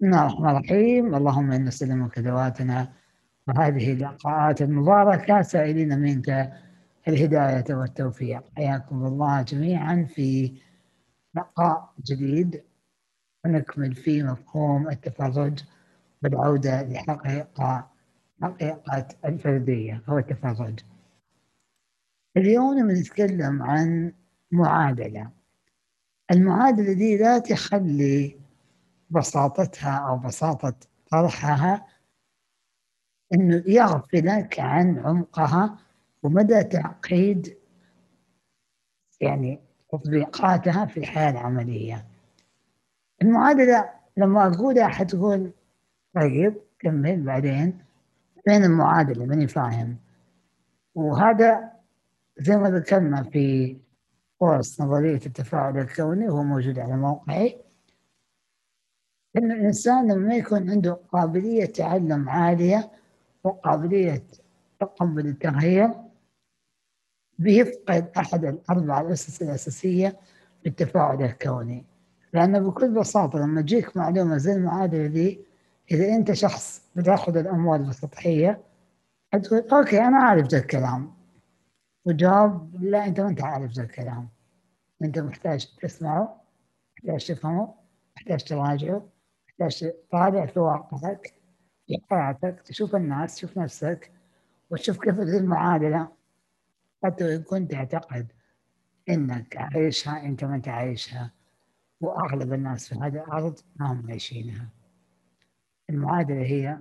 بسم الله الرحمن الرحيم. اللهم إنا نسلمك دعواتنا وهذه اللقاءات المباركة سائلين منك الهداية والتوفيق. حياكم الله جميعا في لقاء جديد ونكمل فيه مفهوم التفرج والعودة حقيقة الفردية أو التفرج. اليوم نتكلم عن معادلة. المعادلة دي لا تخلي بساطتها أو بساطة طرحها إنه يغفلك عن عمقها ومدى تعقيد يعني تطبيقاتها في الحياة العملية. المعادلة لما أقولها حتقول طيب كمل بعدين، فين المعادلة ماني فاهم. وهذا زي ما ذكرنا في كورس نظرية التفاعل الكوني وهو موجود على موقعي، إن الإنسان لما يكون عنده قابلية تعلم عالية وقابلية تقبل التغيير بيفقد أحد الأربع الأسس الأساسية في التفاعل الكوني. لأنه بكل بساطة لما تجيك معلومة زي المعادلة دي، إذا أنت شخص بتاخذ الأمور بسطحية تقول أوكي أنا عارف ذا الكلام، وجواب لا أنت ما أنت عارف ذا الكلام، أنت محتاج تسمعه، محتاج تفهمه، محتاج تراجعه، محتاج تراجع في واقعك في حياتك، تشوف الناس، تشوف نفسك، وتشوف كيف ذي المعادلة حتى إن كنت تعتقد إنك عايشها أنت ما أنت عايشها، وأغلب الناس في هذه الأرض ما هم عايشينها. المعادلة هي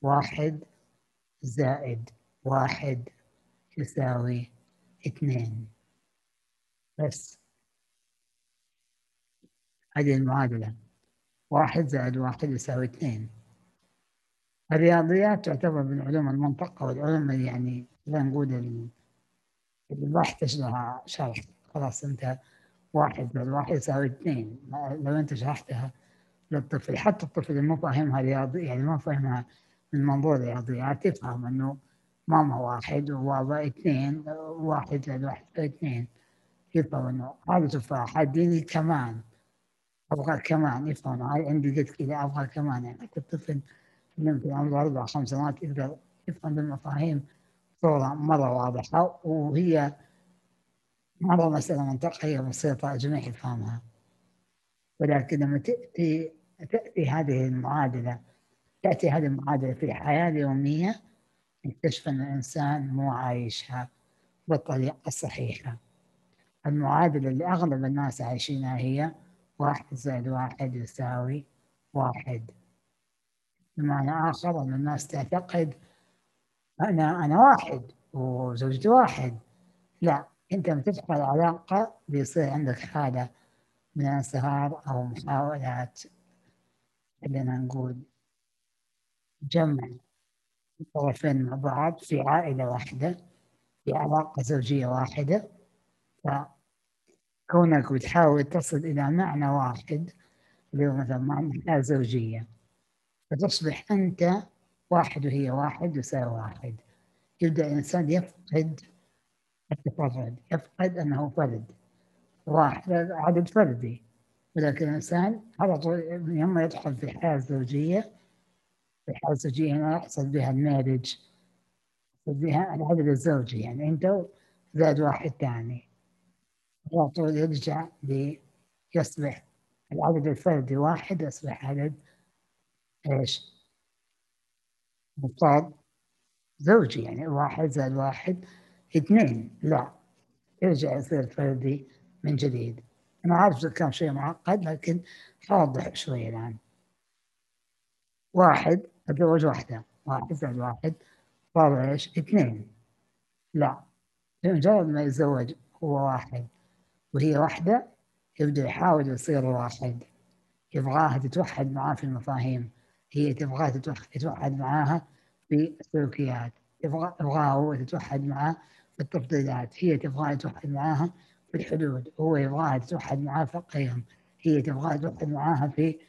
1+1=2 بس. هذه المعادلة 1+1=2. الرياضيات تعتبر من علوم المنطق والعلوم اللي يعني خلينا نقول اللي ما يحتاج لها شرح. خلاص أنت 1+1=2 لو أنت شرحتها للطفل، حتى الطفل اللي ما فاهمها رياضي يعني ما فاهمها من منظور الرياضيات تفهم انه ماما 1 وبابا 2، 1+1=2، يفهم انه هذا تفاح اديني كمان، ابغى كمان، يفهم عندي قد كذا ابغى كمان. يعني حتى الطفل اللي في عمره 4 5 سنوات يقدر يفهم المفاهيم بصورة مرة واضحة، وهي مرة مسألة منطقية بسيطة الجميع يفهمها. ولكن لما تأتي هذه المعادلة في الحياة اليومية، نكتشف أن الإنسان مو عايشها بالطريقة الصحيحة. المعادلة اللي أغلب الناس عايشينها هي 1+1=1. بمعنى آخر أن الناس تعتقد أنا واحد وزوجتي واحد. لا، أنت لما تدخل علاقة بيصير عندك حالة من الانصهار أو محاولات خلينا نقول جمع طرفين مع بعض في عائلة واحدة، في علاقة زوجية واحدة. فكونك بتحاول تصل إلى معنى واحد اللي هو مثلا معنى الحياة الزوجية، فتصبح أنت واحد وهي واحد يساوي واحد. يبدأ الإنسان يفقد التفرد، يفقد أنه فرد واحد، عدد فردي. ولكن الإنسان على طول لما يدخل في الحياة الزوجية، في الحياة الزوجية هنا يحصل بها المارج، يحصل بها العدد الزوجي، يعني أنت زائد واحد ثاني، على طول يرجع يصبح العدد الفردي واحد، يصبح عدد ايش؟ مضطرد زوجي، يعني 1+1=2. لا، يرجع يصير فردي من جديد. أنا عارف كان شيء معقد لكن حوضح شوية الآن. واحد أتزوج واحدة، 1+1 صار ايش؟ 2. لا، بمجرد ما يتزوج هو واحد وهي واحدة، يبدأ يحاول يصير واحد، يبغاها تتوحد معاه في المفاهيم، هي تبغاه تتوحد معاها في السلوكيات، يبغاها هو تتوحد معاه في التفضيلات، هي تبغاه تتوحد معاها في الحدود، هو يبغاها تتوحد معاه في القيم، هي تبغاه تتوحد معاها في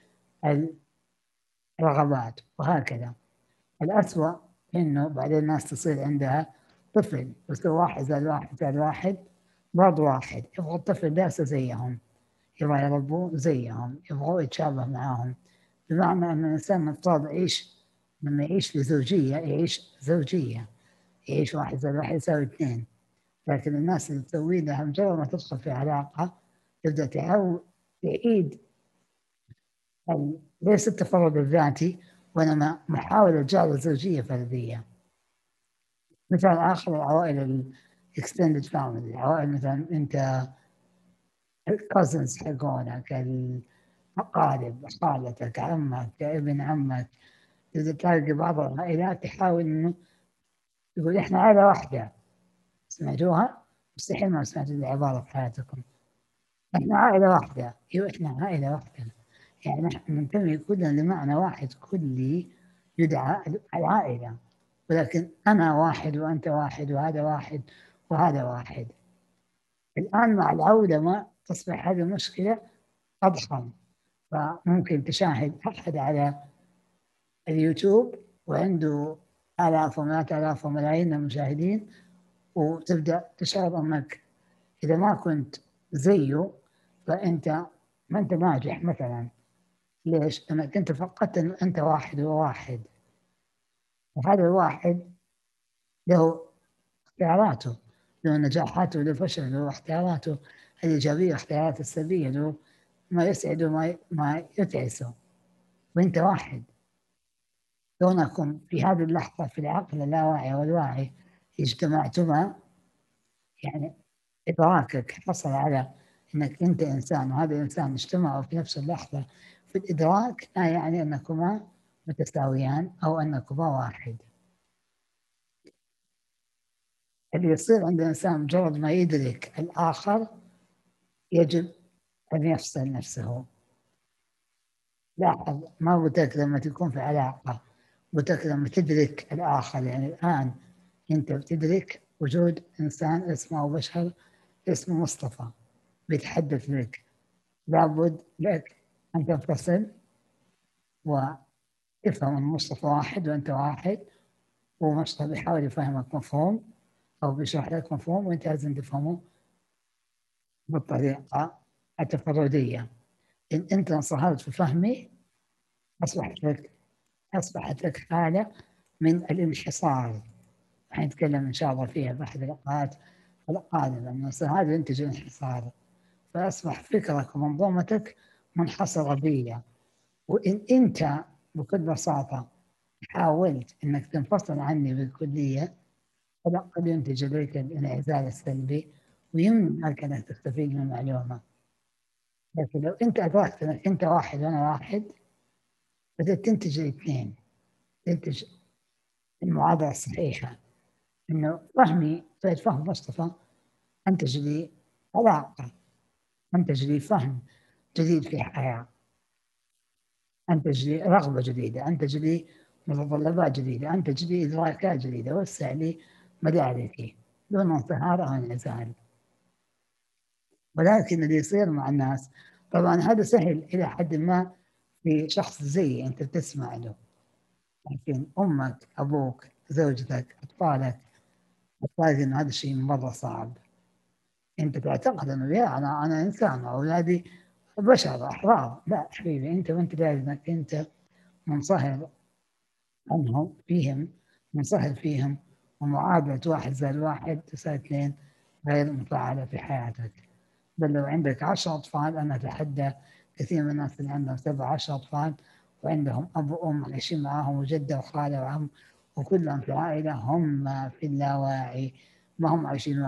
الرغبات، وهكذا. الأسوأ إنه بعدين الناس تصير عندها طفل يصير 1+1=1 برضه واحد، يبغى الطفل ده زيهم، يبغى يربوه زيهم، يبغوا يتشابه معاهم بمعنى أن الإنسان مفترض يعيش، لما يعيش في زوجية يعيش زوجية، يعيش 1+1=2. لكن الناس اللي تسوي لها مجرد ما تدخل في علاقة تبدأ تعيد ليس التفرد الذاتي وإنما محاولة جعل الزوجية فردية. مثال آخر العوائل الإكستندد فاميلي، العوائل مثلا أنت الكوزنز حقونك، الأقارب، خالتك، عمك، ابن عمك، إذا تلاقي بعض العائلات تحاول إنه يقول إحنا عائلة واحدة. سمعتوها؟ مستحيل ما سمعتوا العبارة في حياتكم. إحنا عائلة واحدة. أيوة إحنا عائلة واحدة، يعني نحن ننتمي كلنا لمعنى واحد كلي يدعى العائلة، ولكن أنا واحد وأنت واحد وهذا واحد وهذا واحد. الآن مع العودة ما تصبح هذه المشكلة أضخم، فممكن تشاهد أحد على اليوتيوب وعنده آلاف ومئات آلاف وملايين من المشاهدين، وتبدأ تشعر أنك إذا ما كنت زيه فأنت ما أنت ناجح مثلا. ليش؟ لأنك أنت فقدت أن أنت واحد وواحد، وهذا الواحد له اختياراته، له نجاحاته وله فشله، له اختياراته الإيجابية واختياراته السلبية، له ما يسعده وما يتعسه، وأنت واحد. كونكم في هذه اللحظة في العقل اللاواعي والواعي اجتمعتما، يعني إدراكك حصل على أنك أنت إنسان وهذا الإنسان اجتمعوا في نفس اللحظة في الإدراك، لا يعني أنكما متساويان أو أنكما واحد. اللي يصير عند الإنسان مجرد ما يدرك الآخر يجب أن يفصل نفسه. لاحظ، ما قلت لك لما تكون في علاقة، قلت لك لما تدرك الآخر. يعني الآن أنت بتدرك وجود إنسان اسمه بشر اسمه مصطفى بيتحدث لك، لابد لك أن تنفصل وتفهم أن مصطفى واحد وأنت واحد، ومصطفى بيحاول يفهمك مفهوم أو بيشرح لك مفهوم وأنت لازم تفهمه بالطريقة التفردية. إن أنت انصهرت في فهمي أصبحت لك حالة من الانحصار، حنتكلم إن شاء الله فيها في أحد اللقاءات القادمة. من هذا ينتج انحصار، فأصبح فكرك ومنظومتك منحصرة بيا. وإن أنت بكل بساطة حاولت أنك تنفصل عني بالكلية، فلا قد ينتج إليك الانعزال السلبي ويمنعك أنك تستفيد من المعلومة. لكن لو أنت أدركت أنك أنت واحد وأنا واحد، بدأت تنتج الاثنين، تنتج المعادلة الصحيحة. إنه فهمي طريقة فهم مصطفى أنتج لي علاقة، أنتج لي فهم جديد في الحياة، أنتج لي رغبة جديدة، أنتج لي متطلبات جديدة، أنتج لي إدراكات جديدة، وسع لي مداركي دون انصهار أو انعزال. ولكن اللي يصير مع الناس طبعا هذا سهل إلى حد ما في شخص زي أنت بتسمع له، لكن أمك، أبوك، زوجتك، أطفالك، أتلاقي إنه هذا الشيء مرة صعب. أنت تعتقد إنه يا أنا إنسان وأولادي بشر أحرار. لا حبيبي، أنت وأنت داري إنك أنت منصهر عنهم فيهم، منصهر فيهم، ومعادلة 1+1=2 غير مفعلة في حياتك. بل لو عندك 10 أطفال، أنا أتحدى كثير من الناس اللي عندهم 7 10 أطفال وعندهم أب وأم عايشين معاهم وجدة وخالة وعم وكلهم في عائلة، هم في اللاواعي ما هم عايشين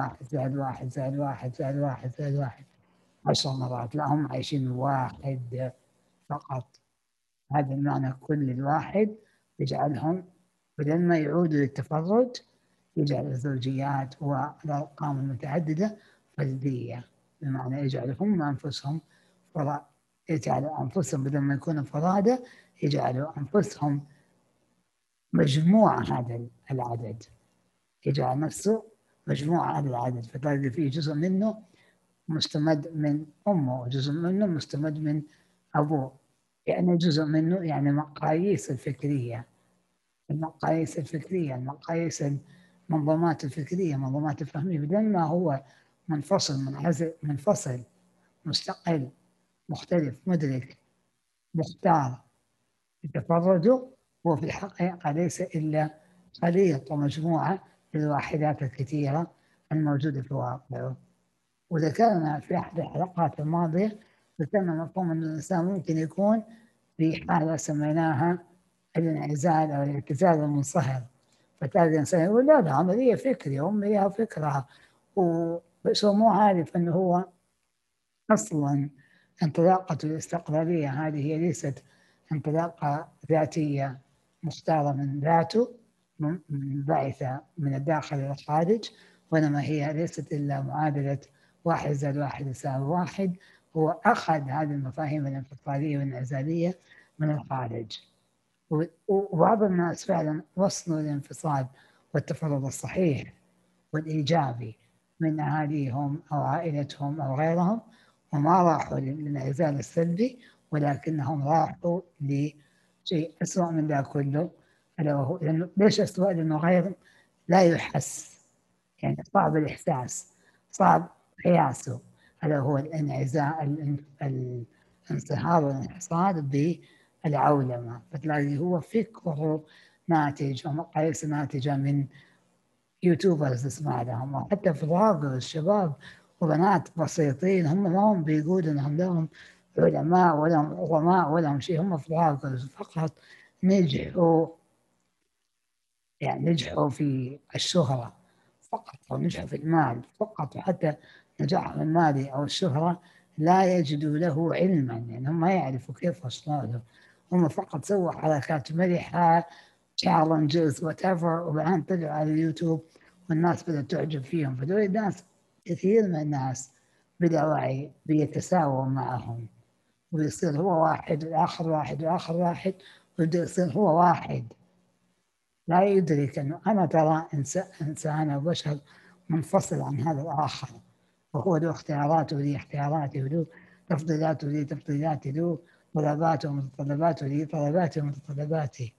1+1=1+1=1 10 مرات، لا هم عايشين واحد فقط. هذا المعنى كل الواحد يجعلهم بدل ما يعودوا للتفرد يجعل الزوجيات والأرقام المتعددة فردية، بمعنى يجعل هم أنفسهم يجعلوا أنفسهم بدل ما يكونوا فرادة يجعلوا أنفسهم مجموعة هذا العدد، يجعل نفسه مجموعة هذا العدد، فتلاقي فيه جزء منه مستمد من أمه وجزء منه مستمد من أبوه. يعني جزء منه يعني مقاييس الفكرية، المقاييس الفكرية، المقاييس المنظومات الفكرية، منظومات الفهمية، بدل ما هو منفصل منعزل منفصل مستقل مختلف مدرك مختار التفرد هو في الحقيقة ليس إلا خليط ومجموعة للواحدات الكثيرة الموجودة في الواقع. وذكرنا في أحد الحلقات الماضية ذكرنا مفهوم أن الإنسان ممكن يكون في حالة سميناها الانعزال أو الاعتزال المنصهر، فتلاقي الإنسان يقول لا ده عملية فكرية، أمي لها فكرة، بس هو مو عارف أنه هو أصلا انطلاقته الاستقلالية هذه هي ليست انطلاقة ذاتية مختارة من ذاته منبعثة من الداخل إلى الخارج، وإنما هي ليست إلا معادلة 1+1=1. هو أخذ هذه المفاهيم الانفصالية والانعزالية من الخارج، وبعض الناس فعلا وصلوا الانفصال والتفرد الصحيح والإيجابي من أهاليهم أو عائلتهم أو غيرهم، وما راحوا للانعزال السلبي، ولكنهم راحوا لشيء أسوأ من ذا كله. لأنه ليش أسوأ؟ لأنه غير لا يحس، يعني صعب الإحساس، صعب قياسه. هذا هو الانعزال، الانصهار والانحصار بالعولمة. فتلاقي هو فكره ناتج ومقاييس ناتجة من يوتيوبرز اسمع لهم، أو حتى فلوجرز شباب وبنات بسيطين هم ما هم بيقولوا انهم لهم علماء ولا عظماء ولا شيء، هم فلوجرز فقط نجحوا، يعني نجحوا في الشهرة فقط، أو نجحوا في المال فقط. وحتى نجاحهم المالي أو الشهرة لا يجدوا له علما، يعني هم ما يعرفوا كيف وصلوا له، هم فقط سووا حركات مرحة challenges whatever، وبعدين طلعوا على اليوتيوب والناس بدأت تعجب فيهم. فدول الناس كثير من الناس بلا وعي بيتساووا معهم، ويصير هو واحد والآخر واحد والآخر واحد، ويبدأ يصير هو واحد، لا يدرك أنه أنا ترى إنسان أو بشر منفصل عن هذا الآخر، وهو له اختياراته ولي اختياراتي، وله تفضيلاته ولي تفضيلاتي، له طلباته ومتطلباته ولي طلباتي ومتطلباتي.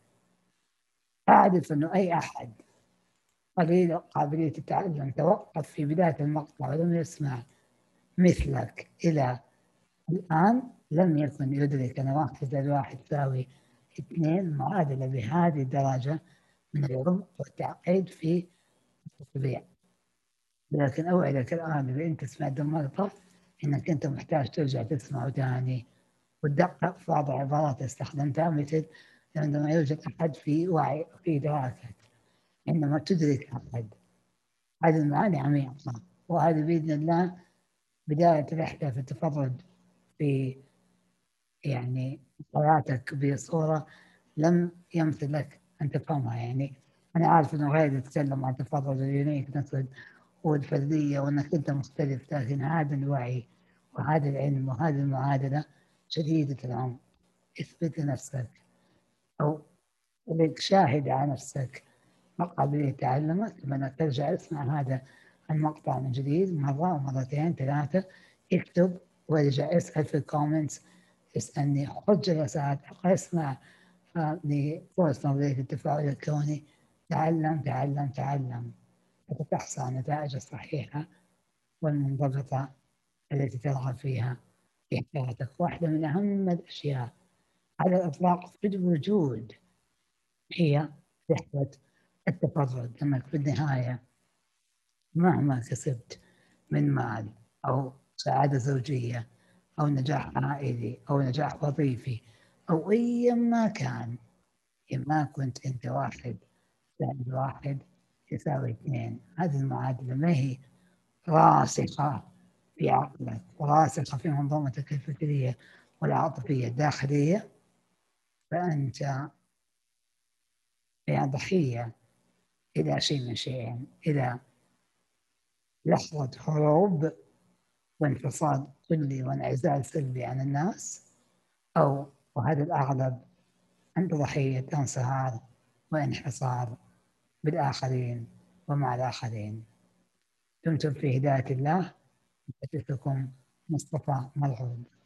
أعرف أنه أي أحد قليل قابلية التعلم توقف في بداية المقطع ولم يسمع مثلك إلى الآن لم يكن يدرك أن 1+1 يساوي 2 معادلة بهذه الدرجة من العمق والتعقيد في التطبيق. لكن أوعدك الآن إذا أنت سمعت المقطع إنك أنت محتاج ترجع تسمعه ثاني وتدقق في بعض العبارات استخدمتها، مثل عندما يوجد أحد في وعي في إدراكك، عندما تدرك أحد. هذه المعاني عميقة، وهذه بإذن الله بداية رحلة في التفرد في يعني حياتك بصورة لم يمثل لك أن تفهمها. يعني أنا عارف أنه غير يتكلم عن تفرد اليونيك نسل والفردية وأنك أنت مختلف، لكن هذا الوعي وهذا العلم وهذه المعادلة شديدة العمق. اثبت لنفسك أو خليك شاهد على نفسك قابلية تعلمك، لما ترجع اسمع هذا المقطع من جديد مرة ومرتين ثلاثة، اكتب وارجع اسأل في الكومنتس، اسألني، خذ جلسات، اسمع لكورس نظرية التفاعل الكوني. تعلم تعلم تعلم حتى تحصل على النتائج الصحيحة والمنضبطة التي ترغب فيها في حياتك. واحدة من أهم الأشياء على الإطلاق في الوجود هي رحلة التفرد، أنك في النهاية مهما كسبت من مال أو سعادة زوجية أو نجاح عائلي أو نجاح وظيفي أو أي ما كان، ما كنت أنت 1+1=2. هذه المعادلة ما هي راسخة في عقلك وراسخة في منظومتك الفكرية والعاطفية الداخلية، فأنت ضحية إلى شيء من شيئين: إلى لحظة هروب وانفصال كلي وانعزال سلبي عن الناس، أو وهذا الأغلب أنت ضحية انصهار وانحصار بالآخرين ومع الآخرين. دمتم في هداية الله. محدثكم مصطفى مرغوب.